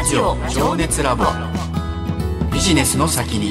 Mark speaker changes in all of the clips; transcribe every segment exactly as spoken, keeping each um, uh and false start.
Speaker 1: ジオ情熱ラボビジネスの先に。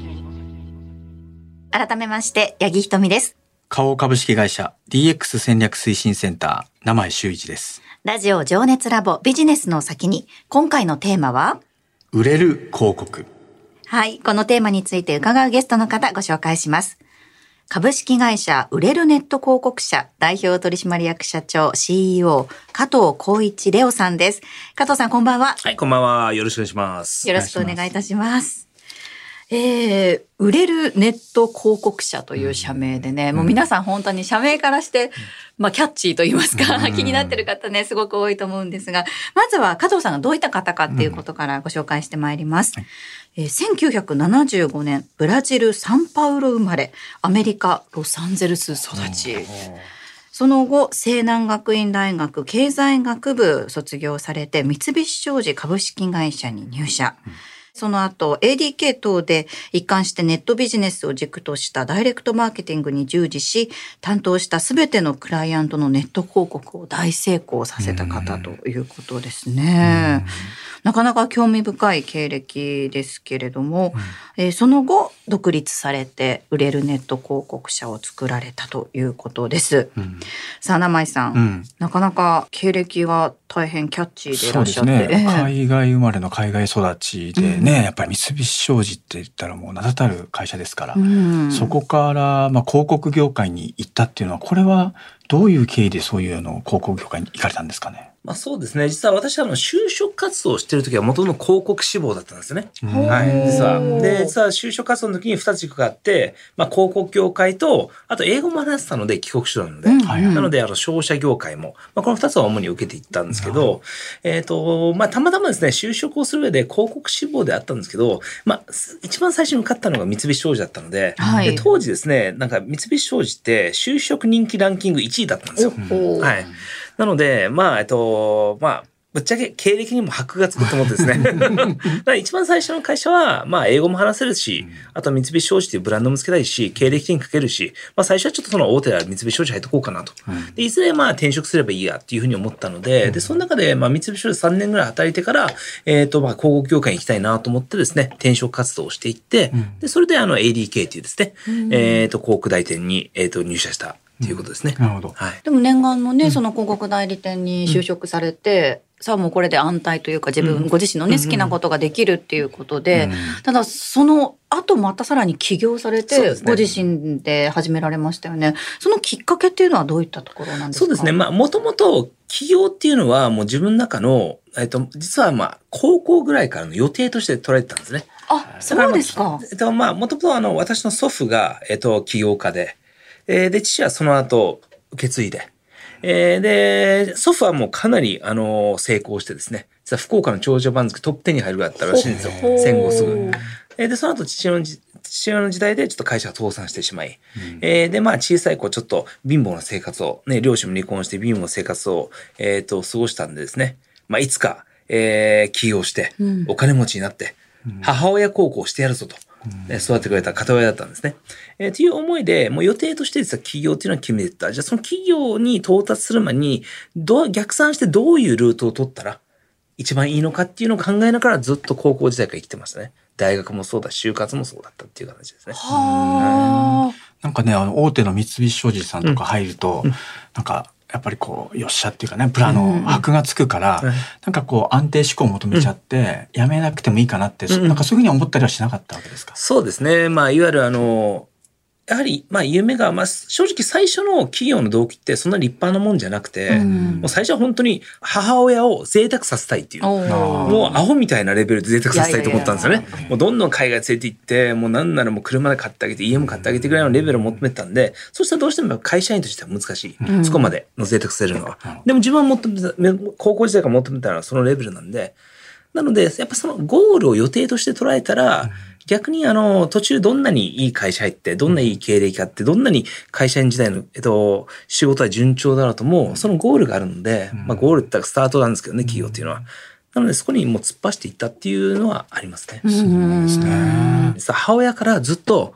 Speaker 2: 改めまして八木ひとみです。
Speaker 3: 花王株式会社 ディーエックス 戦略推進センター名前修一です。
Speaker 2: ラジオ情熱ラボビジネスの先に、今回のテーマは
Speaker 3: 売れる広告。
Speaker 2: はい、このテーマについて伺うゲストの方ご紹介します。株式会社売れるネット広告社代表取締役社長 シーイーオー 加藤浩一レオさんです。加藤さん、こんばんは。
Speaker 4: はい、こんばんは。よろしくお願いします。
Speaker 2: よろしくお願いいたします。えー、売れるネット広告社という社名でね、うん、もう皆さん本当に社名からして、うん、まあキャッチーと言いますか、うん、気になってる方ね、すごく多いと思うんですが、まずは加藤さんがどういった方かっていうことからご紹介してまいります。うん、えー、せんきゅうひゃくななじゅうごねん、ブラジル・サンパウロ生まれ、アメリカ・ロサンゼルス育ち。その後、西南学院大学経済学部卒業されて、三菱商事株式会社に入社。うん、その後 エーディーケー 等で一貫してネットビジネスを軸としたダイレクトマーケティングに従事し、担当したすべてのクライアントのネット広告を大成功させた方ということですね。なかなか興味深い経歴ですけれども、うん、えー、その後独立されて売れるネット広告社を作られたということです。うん、さあ名前さん、うん、なかなか経歴が大変キャッチーでいらっしゃって、
Speaker 3: そうですね、海外生まれの海外育ちでね、うん、やっぱり三菱商事って言ったらもう名だたる会社ですから、うん、そこからまあ広告業界に行ったっていうのは、これはどういう経緯でそういうの広告業界に行かれたんですかね。
Speaker 4: まあそうですね。実は私はあの就職活動をしているときは元の広告志望だったんですよね。はい。実は。で、実は就職活動の時に二つ軸があって、まあ広告業界と、あと英語も話せたので帰国子女なので、うんうん、なのであの商社業界も、まあこの二つは主に受けていったんですけど、うん、えっと、まあたまたまですね、就職をする上で広告志望であったんですけど、まあ一番最初に受かったのが三菱商事だったので、はい、で当時ですね、なんか三菱商事って就職人気ランキングいちいだったんですよ。はい。なので、まあ、えっと、まあ、ぶっちゃけ経歴にも箔がつくと思ってですね。だから一番最初の会社は、まあ、英語も話せるし、あと三菱商事というブランドもつけたいし、経歴に書けるし、まあ、最初はちょっとその大手である三菱商事入ってこうかなと。で、いずれまあ、転職すればいいやっていうふうに思ったので、で、その中で、まあ、三菱商事さんねんぐらい働いてから、えっと、まあ、広告業界に行きたいなと思ってですね、転職活動をしていって、で、それであの、エーディーケー というですね、えっと、広告代理店に、えっと、入社した。っていうことですね。
Speaker 3: うん、なるほど。
Speaker 4: はい。
Speaker 2: でも念願のね、その広告代理店に就職されて、うん、さあもうこれで安泰というか自分、うん、ご自身のね、好きなことができるっていうことで、うん、ただその後またさらに起業されて、ね、ご自身で始められましたよね。そのきっかけっていうのはどういったところなんですか？
Speaker 4: そうですね。まあ、もともと起業っていうのはもう自分の中の、えっと、実はまあ、高校ぐらいからの予定として捉えてたんですね。
Speaker 2: あ、そうですか。
Speaker 4: えっと、まあ、もともとあの、私の祖父が、えっと、起業家で、えー、で、父はその後、受け継いで、えー、で、祖父はもうかなり、あのー、成功してですね、実は福岡の長者番付トップじゅうに入るぐらいだったらしいんですよ。戦後すぐ。えー、で、その後父親のじ、父親の時代でちょっと会社が倒産してしまい、うん、えー、で、まあ小さい子ちょっと貧乏な生活を、ね、両親も離婚して貧乏な生活を、えっと、過ごしたんでですね、まあいつか、えー、起業して、お金持ちになって、うん、母親孝行してやるぞと。ね、育ってくれた片親だったんですね。えー、という思いで、もう予定として実は企業っていうのは決めてた。じゃあその企業に到達する前に、どう、逆算してどういうルートを取ったら一番いいのかっていうのを考えながらずっと高校時代から生きてましたね。大学もそうだし、就活もそうだったっていう形ですね。
Speaker 2: はあ。
Speaker 3: なんかね、あの、大手の三菱商事さんとか入ると、うん、なんか、やっぱりこう、よっしゃっていうかね、プラの箔がつくから、うん、なんかこう、安定志向を求めちゃって、うん、やめなくてもいいかなって、うん、なんかそういうふうに思ったりはしなかったわけですか？
Speaker 4: そうですね。まあ、いわゆるあの、やはり、まあ、夢が、まあ、正直最初の企業の動機ってそんな立派なもんじゃなくて、うん、もう最初は本当に母親を贅沢させたいっていう、もうアホみたいなレベルで贅沢させたいと思ったんですよね。いやいやいやもうどんどん海外連れて行って、もうなんならもう車で買ってあげて、家も買ってあげてぐらいのレベルを求めてたんで、そしたらどうしても会社員としては難しい。うん、そこまでの贅沢させるのは。うん、でも自分は求めた、高校時代から求めたのはそのレベルなんで、なので、やっぱそのゴールを予定として捉えたら、うん、逆にあの、途中どんなにいい会社入って、どんないい経歴があって、どんなに会社員時代の、えっと、仕事は順調だろうとも、そのゴールがあるので、うん、まあゴールって言ったらスタートなんですけどね、企業っていうのは。なのでそこにもう突っ走っていったっていうのはありますね。
Speaker 3: そうですね。
Speaker 4: 母親からずっと、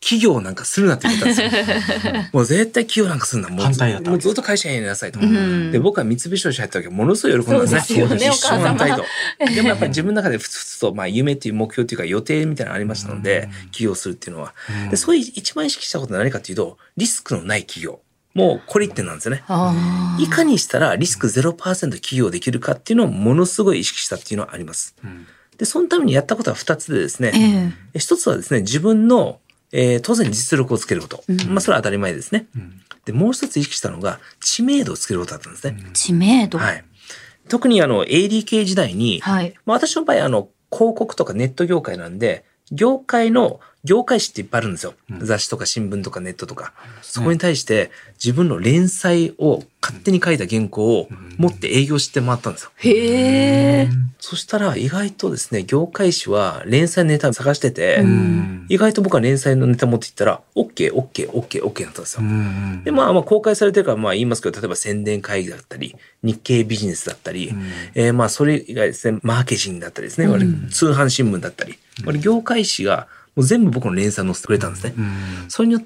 Speaker 4: 企業なんかするなって言ったんですよ。もう絶対企業なんかするな。もう
Speaker 3: 反対だった
Speaker 4: もうずっと会社員やりなさいと。
Speaker 2: うん、
Speaker 4: で、僕は三菱商事入った時はものすごい喜んだんですね。
Speaker 2: そうですよね、
Speaker 4: 一生安泰と。でもやっぱり自分の中でふつふつと、まあ夢っていう目標っていうか予定みたいなのありましたので、起業するっていうのは。で、そういう一番意識したことは何かっていうと、リスクのない企業。もうこれ一点なんですよね。いかにしたらリスク ゼロパーセント 起業できるかっていうのをものすごい意識したっていうのはあります。うんで、そのためにやったことは二つでですね、えー、一つはですね、自分の、えー、当然実力をつけること。うん、まあ、それは当たり前ですね。うん、で、もう一つ意識したのが、知名度をつけることだったんですね。
Speaker 2: 知名度はい。
Speaker 4: 特にあの、エーディー 系時代に、はい、まあ、私の場合、あの、広告とかネット業界なんで、業界の、業界誌っていっぱいあるんですよ。うん、雑誌とか新聞とかネットとか。そこに対して自分の連載を勝手に書いた原稿を持って営業して回ったんですよ。
Speaker 2: へー。
Speaker 4: そしたら意外とですね、業界誌は連載のネタを探してて、意外と僕は連載のネタ持っていったら、OK、OK、OK、OK だったんですよ。で、まあまあ公開されてるからまあ言いますけど、例えば宣伝会議だったり、日経ビジネスだったり、えー、まあそれ以外ですね、マーケティングだったりですね、通販新聞だったり、業界誌がもう全部僕の連載載せてくれたんですね。それによって、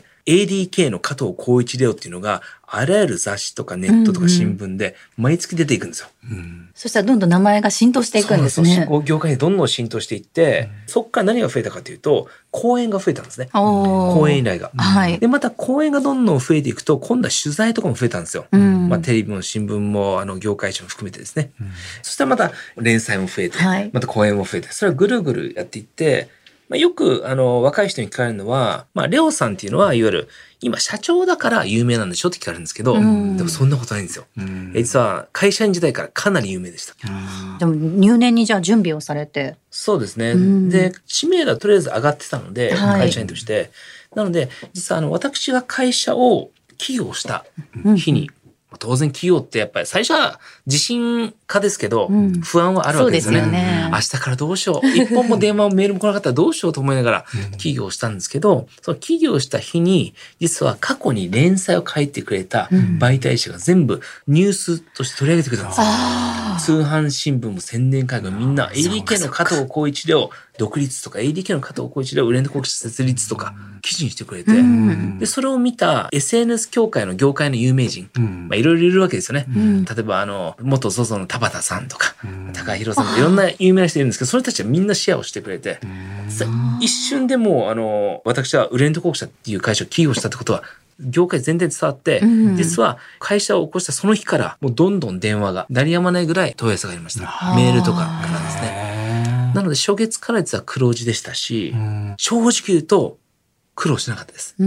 Speaker 4: エーディーケー の加藤浩一レオっていうのが、あらゆる雑誌とかネットとか新聞で毎月出ていくんですよ。うんうん、
Speaker 2: そしたらどんどん名前が浸透していくんですね。
Speaker 4: そう業界にどんどん浸透していって、うん、そこから何が増えたかというと、講演が増えたんですね。講演依頼が、はい。で、また講演がどんどん増えていくと、今度は取材とかも増えたんですよ。うん、まあテレビも新聞も、あの、業界誌も含めてですね。うん、そしたらまた連載も増えて、はい、また講演も増えて、それをぐるぐるやっていって、まあ、よく、あの、若い人に聞かれるのは、まあ、レオさんっていうのは、いわゆる、今、社長だから有名なんでしょって聞かれるんですけど、うん、でもそんなことないんですよ。うん、実は、会社員時代からかなり有名でした。
Speaker 2: うん、でも、入念にじゃあ準備をされて。
Speaker 4: そうですね。うん、で、知名度はとりあえず上がってたので、はい、会社員として。なので、実は、あの、私が会社を起業した日に、うん当然企業ってやっぱり最初は自信家ですけど、うん、不安はあるわけですよね。そうですよね。明日からどうしよう。一本も電話もメールも来なかったらどうしようと思いながら起業したんですけど、その起業した日に実は過去に連載を書いてくれた媒体者が全部ニュースとして取り上げてくれたんですよ。通販新聞も宣伝会もみんな エーディーケー の加藤浩一レオ独立とか エーディーケー の加藤浩一レオ売れん広告社設立とか記事にしてくれて、うん、でそれを見た エスエヌエス 協会の業界の有名人、うんまあ、いろいろいるわけですよね。うん、例えばあの元 ゾゾ の田畑さんとか、うん、高弘さんとかいろんな有名な人いるんですけど、それたちはみんなシェアをしてくれて、うん、一瞬でもうあの私は売れん広告社っていう会社を起業したってことは業界全体伝わって、うん、実は会社を起こしたその日からもうどんどん電話が鳴りやまないぐらい問い合わせがありました。メールとかからですね。なので初月から実は黒字でしたし、うん、正直言うと苦労しなかったです。うん、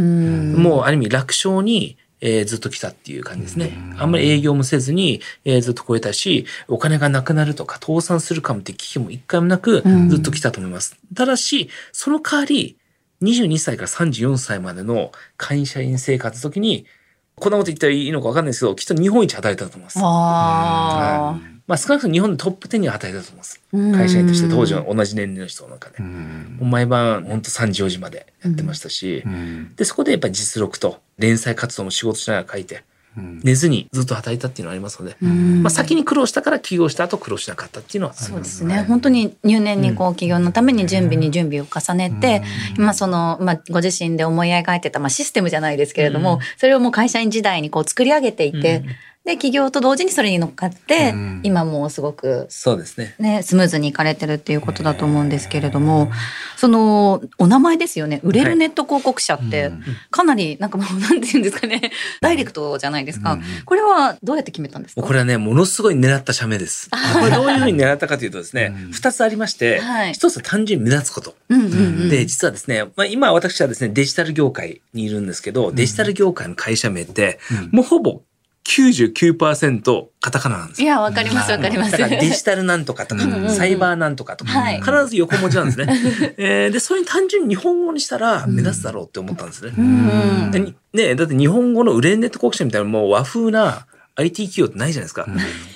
Speaker 4: もうある意味楽勝に、えー、ずっと来たっていう感じですね。うん、あんまり営業もせずに、えー、ずっと超えたし、お金がなくなるとか倒産するかもって危機も一回もなくずっと来たと思います。うん、ただし、その代わりにじゅうにさいからさんじゅうよんさいまでの会社員生活の時に、こんなこと言ったらいいのか分かんないですけど、きっと日本一働いたと思います。あーまあ、少なくとも日本でトップじゅうには働いたと思います。会社員として当時の同じ年齢の人の中で。毎晩本当さんじよじまでやってましたし、で、そこでやっぱり実力と連載活動も仕事しながら書いて、寝ずにずっと働いたっていうのはありますので、まあ、先に苦労したから起業した後苦労しなかったっていうのはあります。
Speaker 2: そうですね。本当に入念にこう起業のために準備に準備を重ねて、今その、まあ、ご自身で思い描いてた、まあ、システムじゃないですけれども、それをもう会社員時代にこう作り上げていて、で起業と同時にそれに乗っかって、うん、今もうすごく
Speaker 4: そうですね、
Speaker 2: ねスムーズにいかれてるっていうことだと思うんですけれども、そのお名前ですよね。売れるネット広告社ってかなりなんかもうなんていうんですかね、ダイレクトじゃないですか。うん、これはどうやって決めたんですか？
Speaker 4: これはねものすごい狙った社名です。これどういうふうに狙ったかというとですね、ふたつありまして、はい、ひとつは単純に目立つこと、うんうんうん、で実はですね、まあ、今私はですねデジタル業界にいるんですけど、デジタル業界の会社名って、うん、もうほぼきゅうじゅうきゅうパーセント カタカナなんですよ。
Speaker 2: いや、わかりますわかります。
Speaker 4: だからデジタルなんとかとか、うんうん、サイバーなんとかとか、はい、必ず横文字なんですね。えー、で、それに単純に日本語にしたら目立つだろうって思ったんですね。うんでね、だって日本語の売れんネット広告社みたいなもう和風な アイティー 企業ってないじゃないですか。うん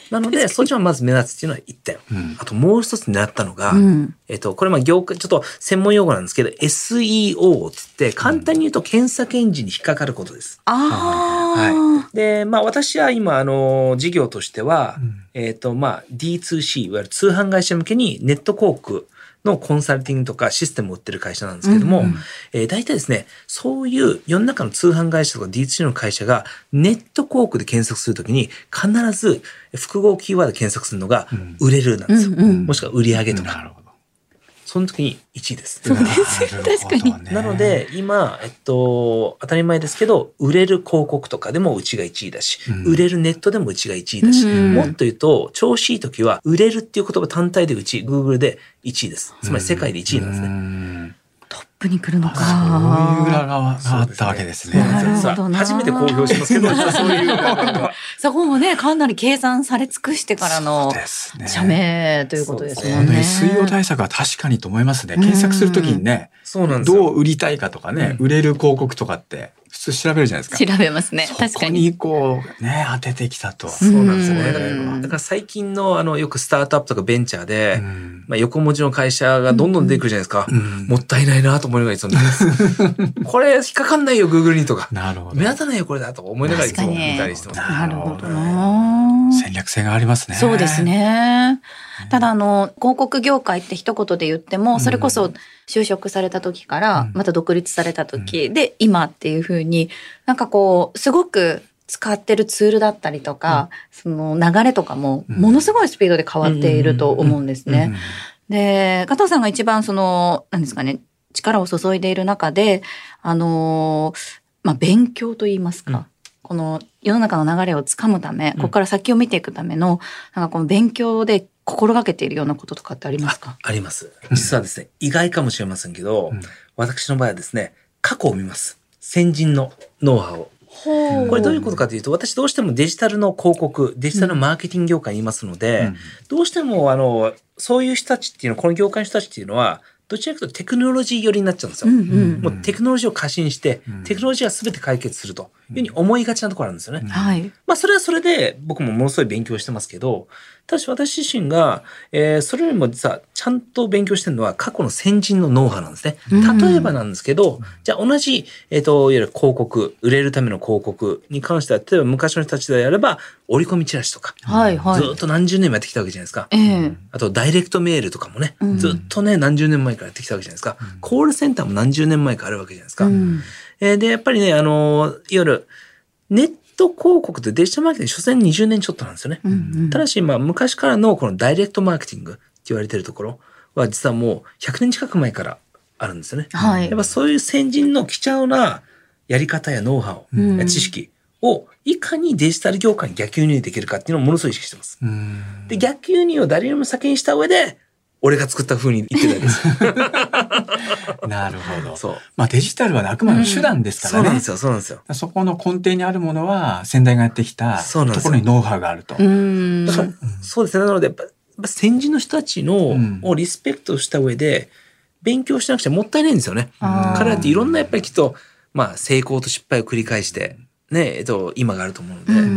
Speaker 4: なので、そっちはまず目立つっていうのは一点。うん、あともう一つ狙ったのが、うん、えっと、これまあ業界、ちょっと専門用語なんですけど、エスイーオー って言って、簡単に言うと検索エンジンに引っかかることです。
Speaker 2: うん、あ
Speaker 4: あ。はい。で、まあ私は今、あの、事業としては、うん、えっと、まあ ディーツーシー、いわゆる通販会社向けにネット広告、のコンサルティングとかシステムを売ってる会社なんですけども、うんうん、えー、大体ですね、そういう世の中の通販会社とか ディーツーシー の会社がネット広告で検索するときに必ず複合キーワードで検索するのが売れるなんですよ。うんうん、もしくは売り上げとか。うんうん、その時にいちいです。
Speaker 2: そうですよ。確かに。
Speaker 4: なので、今、えっと、当たり前ですけど、売れる広告とかでもうちがいちいだし、うん、売れるネットでもうちがいちいだし、うん、もっと言うと、調子いい時は、売れるっていう言葉単体でうち、Google でいちいです。つまり世界でいちいなんですね。
Speaker 2: うんトップに来るのか。
Speaker 3: そういう裏側があったわけですね。
Speaker 2: なるほどな。
Speaker 4: 初めて公表しますけど、そういう裏側が。
Speaker 2: そこもね、かなり計算され尽くしてからの社名ということですもんね。
Speaker 3: エスイーオー 対策は確かにと思いますね。検索するときにね、
Speaker 4: そうなんですよ。
Speaker 3: どう売りたいかとかね、売れる広告とかって普通調べるじゃないですか。
Speaker 2: 調べますね。確かに。
Speaker 3: そこにこうね、当ててきたと。
Speaker 4: そうなんですよね。だから、だから最近のあの、よくスタートアップとかベンチャーで、まあ横文字の会社がどんどん出てくるじゃないですか。もったいないなと思いながらいつもこれ引っかかんないよ、Google にとか。
Speaker 3: なるほど。
Speaker 4: 目立たないよ、これだと思いながらいつも見たりしてます。
Speaker 2: なるほどな。
Speaker 3: 戦略性がありますね。
Speaker 2: そうですね。ただあの、広告業界って一言で言っても、それこそ就職された時から、また独立された時で、今っていうふうに、なんかこう、すごく使ってるツールだったりとか、その流れとかも、ものすごいスピードで変わっていると思うんですね。で、加藤さんが一番その、何ですかね、力を注いでいる中で、あの、まあ、勉強といいますか、うん、この世の中の流れをつかむため、ここから先を見ていくための、なんかこの勉強で心がけているようなこととかってありますか？
Speaker 4: あ, あります。実はですね、意外かもしれませんけど、うん、私の場合はですね、過去を見ます。先人のノウハウを。これどういうことかというと、私どうしてもデジタルの広告、デジタルのマーケティング業界にいますので、うん、どうしてもあの、そういう人たちっていうのは、この業界の人たちっていうのは、どちらかというとテクノロジー寄りになっちゃうんですよ。うんうん、もうテクノロジーを過信して、うん、テクノロジーは全て解決するというふうに思いがちなところあるんですよね。うん、
Speaker 2: はい。
Speaker 4: まあそれはそれで僕もものすごい勉強してますけど、ただし私自身が、えー、それよりも実はちゃんと勉強してるのは過去の先人のノウハウなんですね。例えばなんですけど、うん、じゃあ同じ、えっと、いわゆる広告、売れるための広告に関しては、例えば昔の人たちであれば、折り込みチラシとか、
Speaker 2: はいはい、
Speaker 4: ずっと何十年もやってきたわけじゃないですか。
Speaker 2: えー、
Speaker 4: あとダイレクトメールとかもね、うん、ずっとね、何十年前からやってきたわけじゃないですか。うん、コールセンターも何十年前からあるわけじゃないですか。うん、えー、で、やっぱりね、あの、いわゆるネット広告ってデジタルマーケティング、所詮にじゅうねんちょっとなんですよね。うんうん、ただし、まあ、昔からのこのダイレクトマーケティングって言われてるところは、実はもうひゃくねん近く前からあるんですよね。
Speaker 2: はい、
Speaker 4: やっぱそういう先人の貴重なやり方やノウハウ、うん、や知識をいかにデジタル業界に逆輸入できるかっていうのをものすごい意識してます。
Speaker 3: うん
Speaker 4: で、逆輸入を誰よりも先にした上で、俺が作った風に言ってたんです。
Speaker 3: なるほど。
Speaker 4: そう。
Speaker 3: まあデジタルはあくまで手段ですからね。
Speaker 4: そうなんですよ、そうなんですよ。
Speaker 3: そこの根底にあるものは先代がやってきたところにノウハウがあると。
Speaker 2: うん
Speaker 4: だからそうですね。なのでやっぱ、やっぱ先人の人たちの、うん、をリスペクトした上で勉強しなくちゃもったいないんですよね。彼らっていろんなやっぱりきっと、まあ成功と失敗を繰り返して、ね、えっと、今があると思うので、うん、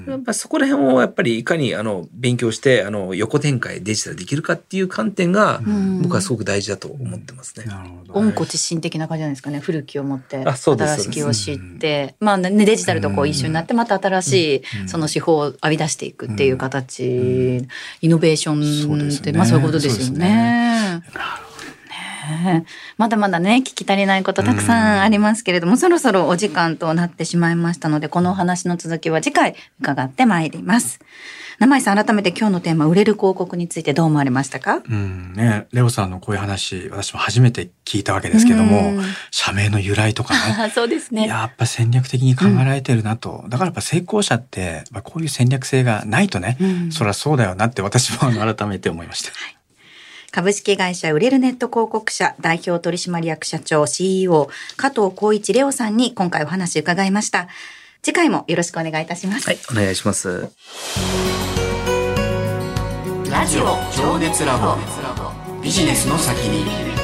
Speaker 4: やっぱそこら辺をやっぱりいかにあの勉強してあの横展開デジタルできるかっていう観点が、うん、僕はすごく大事だと思ってますね。
Speaker 3: なるほど。
Speaker 2: 温故知新的な感じなんですかね。古きを持って
Speaker 4: あそうです
Speaker 2: 新しきを知って、まあねデジタルとこう一緒になってまた新しいその手法を編み出していくっていう形、うんうん、イノベーションって、ね、まあそういうことですよね。まだまだね聞き足りないことたくさんありますけれども、うん、そろそろお時間となってしまいましたので、このお話の続きは次回伺ってまいります。生井さん、改めて今日のテーマ、売れる広告についてどう思われましたか？
Speaker 3: うんね、レオさんのこういう話私も初めて聞いたわけですけども、社名の由来とかね
Speaker 2: そうですね、
Speaker 3: やっぱ戦略的に考えられてるなと、うん、だからやっぱ成功者ってこういう戦略性がないとね、うん、そりゃそうだよなって私も改めて思いました。
Speaker 2: はい、株式会社売れるネット広告社代表取締役社長 シーイーオー 加藤浩一レオさんに今回お話伺いました。次回もよろしくお願いいたします。
Speaker 4: はい、お願いします。
Speaker 1: ラジオ情熱ラボ、ビジネスの先に